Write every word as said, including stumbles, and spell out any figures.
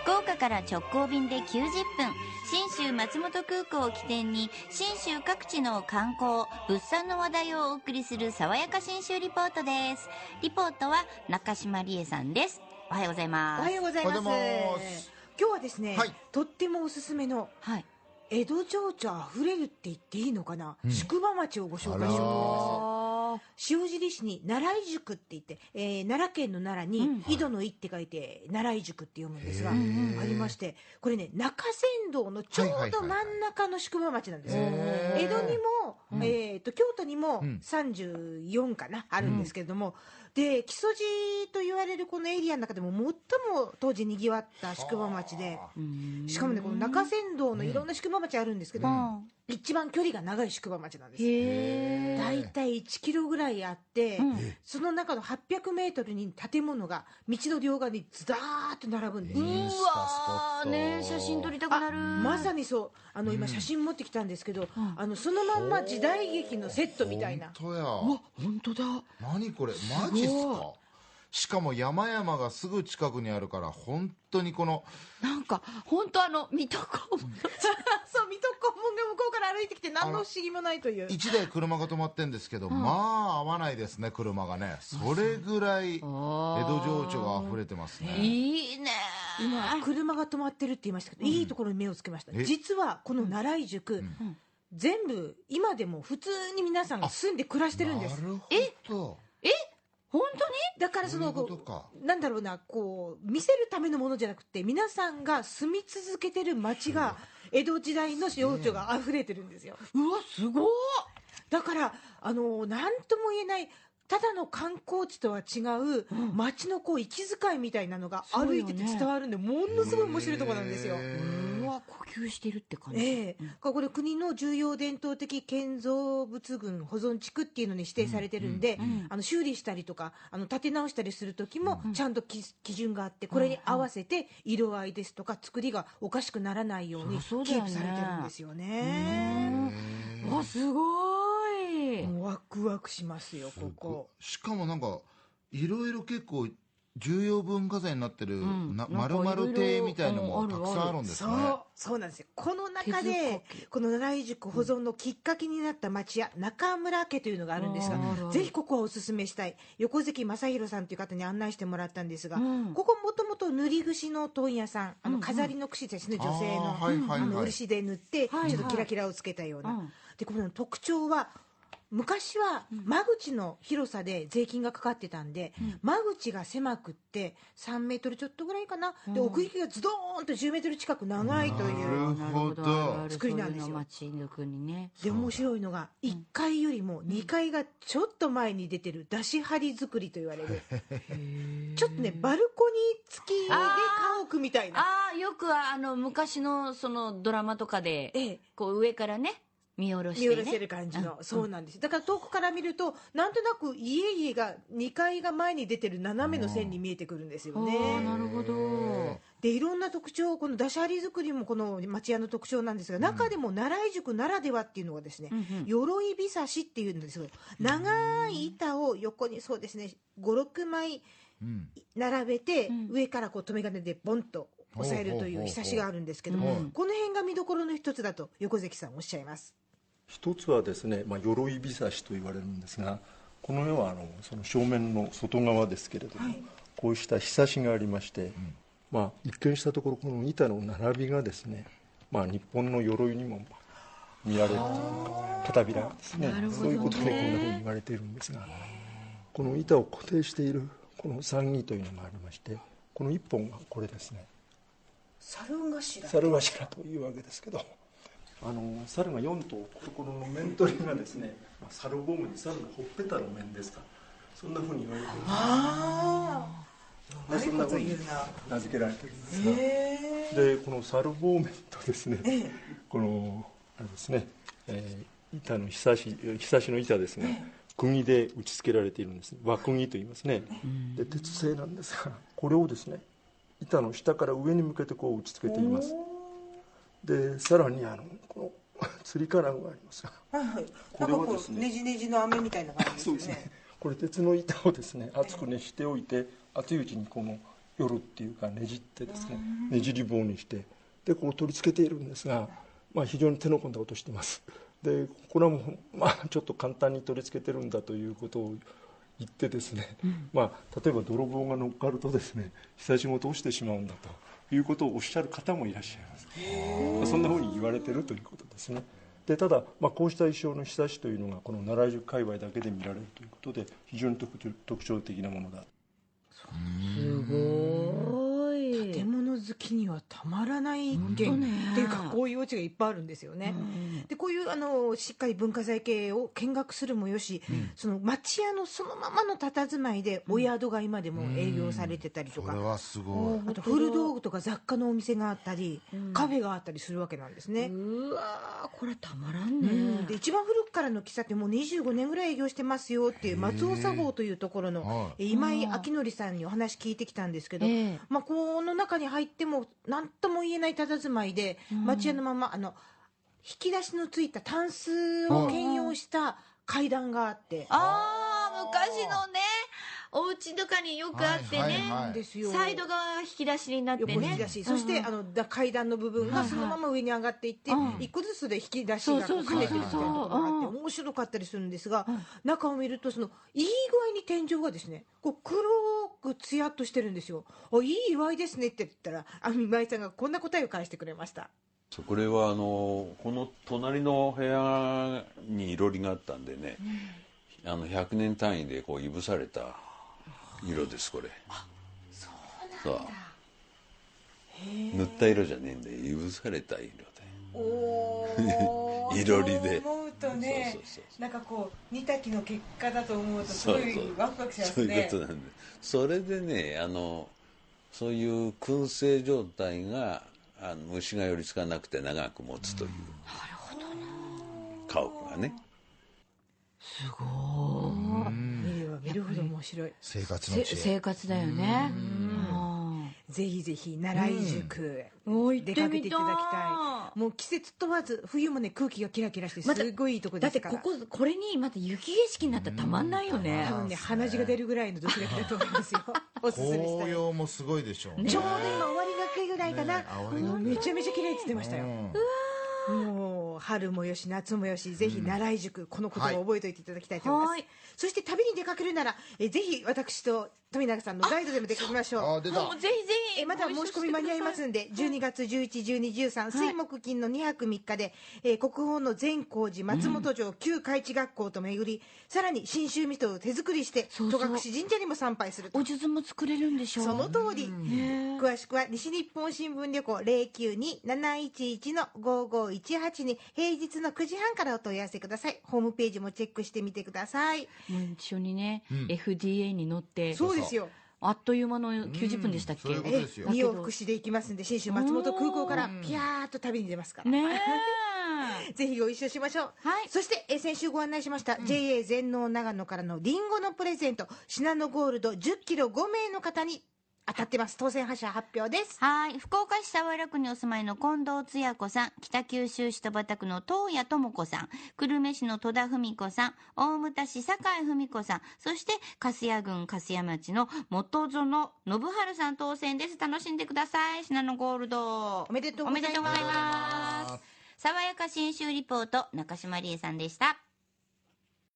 福岡から直行便できゅうじゅっぷん、信州松本空港を起点に信州各地の観光物産の話題をお送りする爽やか信州リポートです。リポートは中島理恵さんです。おはようございます。 おはようございます。今日はですね、はい、とってもおすすめの、はい、江戸情緒あふれるって言っていいのかな、うん、宿場町をご紹介しようと思います。塩尻市に奈良井宿って言って、えー、奈良県の奈良に、うん、井戸の井って書いて奈良井宿って読むんですが、ありまして、これね中山道のちょうど真ん中の宿場町なんですよ。江戸にも、うん、えー、と京都にもさんじゅうよんかな、うん、あるんですけれども、で木曽路と言われるこのエリアの中でも最も当時にぎわった宿場町で、しかもねこの中山道のいろんな宿場町あるんですけど、うん、一番距離が長い宿場町なんです。だいたいいちキロぐらいあって、うん、その中のはっぴゃくメートルに建物が道の両側にずらーっと並ぶんです。 うわーね、写真撮りたくなる。 まさにそう、あの今写真持ってきたんですけど、うん、あのそのまんま時代劇のセットみたいな。 本当や。 うわ本当だ。 何これマジっすか。しかも山々がすぐ近くにあるから本当にこのなんか本当あの水戸黄門そう水戸黄門が向こうから歩いてきて何の不思議もないという。 いちだい車が止まってんですけど、うん、まあ合わないですね車がね。それぐらい江戸情緒が溢れてますね。 いいね。 今車が止まってるって言いましたけど、うん、いいところに目をつけました。実はこの奈良井宿、うん、全部今でも普通に皆さんが住んで暮らしてるんです。 なるほど。 ええ本当に。 だからそのなんだろうな、こう見せるためのものじゃなくて皆さんが住み続けてる町が江戸時代の情緒が溢れてるんですよ。 うわすごい。 だからあの何とも言えないただの観光地とは違う町のこう息遣いみたいなのが歩いてて伝わるんで、ものすごい面白いところなんですよ。 うわ呼吸してるって感じ。 ええー、これ国の重要伝統的建造物群保存地区っていうのに指定されてるんで、うんうん、あの修理したりとかあの建て直したりする時もちゃんと基準があって、これに合わせて色合いですとか作りがおかしくならないようにキープされてるんですよね。 わすごい。 もうワクワクしますよここ。 しかもなんかいろいろ結構重要文化財になってる、うん、な丸々亭みたいのもたくさんあるんですね。 そうそうなんですよ。この中でこの奈良井宿保存のきっかけになった町屋、中村家というのがあるんですが、うん、ぜひここはおすすめしたい。横関正弘さんという方に案内してもらったんですが、うん、ここもともと塗り櫛の問屋さん、あの飾りの櫛ですね、うん、女性の、はいはいはい、あの漆で塗って、はいはい、ちょっとキラキラをつけたような、うん、でこの特徴は昔は間口の広さで税金がかかってたんで、うん、間口が狭くってさんメートルちょっとぐらいかな、うん、で奥行きがズドーンとじゅうメートル近く長いという作りなんですよ。で面白いのがいっかいよりもにかいがちょっと前に出てる出し張り作りと言われるちょっとねバルコニー付きで家屋みたいな。 ああよくあの昔のそのドラマとかで、ええ、こう上からね見下ろして、ね、 見下ろせる感じの、うん、そうなんです。だから遠くから見るとなんとなく家々がにかいが前に出てる斜めの線に見えてくるんですよね。 なるほど。 でいろんな特徴、この出し張り作りもこの町屋の特徴なんですが、うん、中でも奈良井宿ならではっていうのがですね、うんうん、鎧火刺しっていうんですよ。長い板を横にそうですねごろくまい並べて、うん、上からこう留め金でボンと押さえるというひさしがあるんですけども、うん、この辺が見どころの一つだと横関さんおっしゃいます。 一つはですね、まあ、鎧火刺しと言われるんですが、この絵はあのその正面の外側ですけれども、はい、こうしたひさしがありまして、うん、まあ、一見したところこの板の並びがですね、まあ、日本の鎧にも見られる片びらですね、そういうことでこんなふうに言われているんですが、この板を固定しているこの三義というのがありまして、この一本がこれですね、 猿頭猿頭というわけですけど、あの猿がよん頭、この面取りがですね、猿ボムに猿のほっぺたの面ですか、そんなふうに言われているんです。ああ、そんなふうに名付けられているんですが、えー、でこの猿棒面とですね、えー、このあれですね、えー、板のひさしひさしの板ですが、えー、釘で打ち付けられているんです。輪釘と言いますね。で鉄製なんですが、これをですね板の下から上に向けてこう打ち付けています。でさらにあのこのつり金具がありますが、 はいはい、これはですね、ねじねじの飴みたいな感じですね。 そうですね。これ鉄の板をですね厚く熱しておいて、熱いうちにこの夜っていうかねじってですね、ねじり棒にしてでこう取り付けているんですが、まあ、非常に手の込んだことをしています。でこれはもう、まあ、ちょっと簡単に取り付けてるんだということを言ってですね、うん、まあ、例えば泥棒が乗っかるとですねひさしごと落ちてしまうんだということをおっしゃる方もいらっしゃいます。まあ、そんなふうに言われているということですね。でただ、まあ、こうした意匠のひさしというのがこの奈良宿界隈だけで見られるということで非常に特特徴的なものだ。 すごい。建物好きにはたまらない一軒、ね、っていうかこういうお家がいっぱいあるんですよね。でこういうあのしっかり文化財系を見学するもよし、うん、その町屋のそのままの佇まいでお宿が今でも営業されてたりとか、 うん、それはすごい。 あと古道具とか雑貨のお店があったり、うん、カフェがあったりするわけなんですね。 うわこれたまらんね、うん、 で一番古くからの喫茶店もうにじゅうごねんぐらい営業してますよっていう松尾茶房というところの今井明則さんにお話聞いてきたんですけど、まあ、この中に入っても何とも言えない佇まいで、うん、町屋のままあの引き出しのついたタンスを兼用した階段があって、 ああ昔のねお家とかによくあってね、はいはいはい、サイド側が引き出しになってね、 横引き出し、そして、うんうん、あの階段の部分がそのまま上に上がっていって、はいはい、一個ずつで引き出しがこう兼ねてるみたいなところがあって面白かったりするんですが、うん、中を見るとそのいい具合に天井がですねこう黒くツヤっとしてるんですよ。おいい祝いですねって言ったらあの今井さんがこんな答えを返してくれました。 これはあのこの隣の部屋にいろりがあったんでね、うん、あのひゃくねん単位でこういぶされた色ですこれ。 あ、そうなんだ。 塗った色じゃねえんでいぶされた色で。 おいろりで。 そう思うとね、そうそうそうそう、なんかこう煮炊きの結果だと思うとすごいワクワクしますね。そういうことなんで、 それでねあのそういう燻製状態があの虫が寄りつかなくて長く持つという。なるほどな。 家屋がね。 すごい。見れば見るほど面白い。 生活の知恵。 生活だよね。 ぜひぜひ奈良井宿出かけていただきたい。もう季節問わず冬もね空気がキラキラしてすごいいいとこですから。 だってこここれにまた雪景色になったらたまんないよね。 多分ね鼻血が出るぐらいのドキドキだと思いますよ。おすすめしたい。 紅葉もすごいでしょうね。 ちょうど今終わりがけぐらいかな。めちゃめちゃ綺麗って言ってましたよ。もう春もよし夏もよしぜひ奈良井宿、うん、この言葉を覚えておいていただきたいと思います、はい、そして旅に出かけるならえぜひ私と富永さんのガイドでも出かけましょう。 ああ出た。 もうぜひぜひえまだ申し込み間に合いますんでじゅうにがつじゅういち、じゅうに、じゅうさん、水木金のにはくみっかで、えー、国宝の善光寺松本城、うん、旧開智学校と巡りさらに信州味噌を手作りして戸隠神社にも参拝すると。 お数珠も作れるんでしょう。 その通り、うん、詳しくは西日本新聞旅行 ゼロきゅうに なないちいち のごごいちはちに平日のくじはんからお問い合わせください。ホームページもチェックしてみてください。 もう一緒にね、うん、エフディーエー に乗ってそうですよ。 あっという間のきゅうじゅっぷんでしたっけ。 うん、そういうことですよ。 に往復しで行きますんで信州松本空港からピャーっと旅に出ますからねぜひご一緒しましょう、 はい、 そしてえ先週ご案内しました、うん、ジェイエー 全農長野からのリンゴのプレゼントシナノゴールドじゅっキロごめいの方に当たってます。当選発車発表です。 はい。福岡市早良区にお住まいの近藤つや子さん、北九州市戸畑区の東谷智子さん、久留米市の戸田文子さん、大牟田市酒井文子さん、そして粕谷郡粕谷町の元園信春さん当選です。楽しんでください。シナノゴールド。 おめでとうございます。 おめでとうございます。爽やか新州リポート、中島理恵さんでした。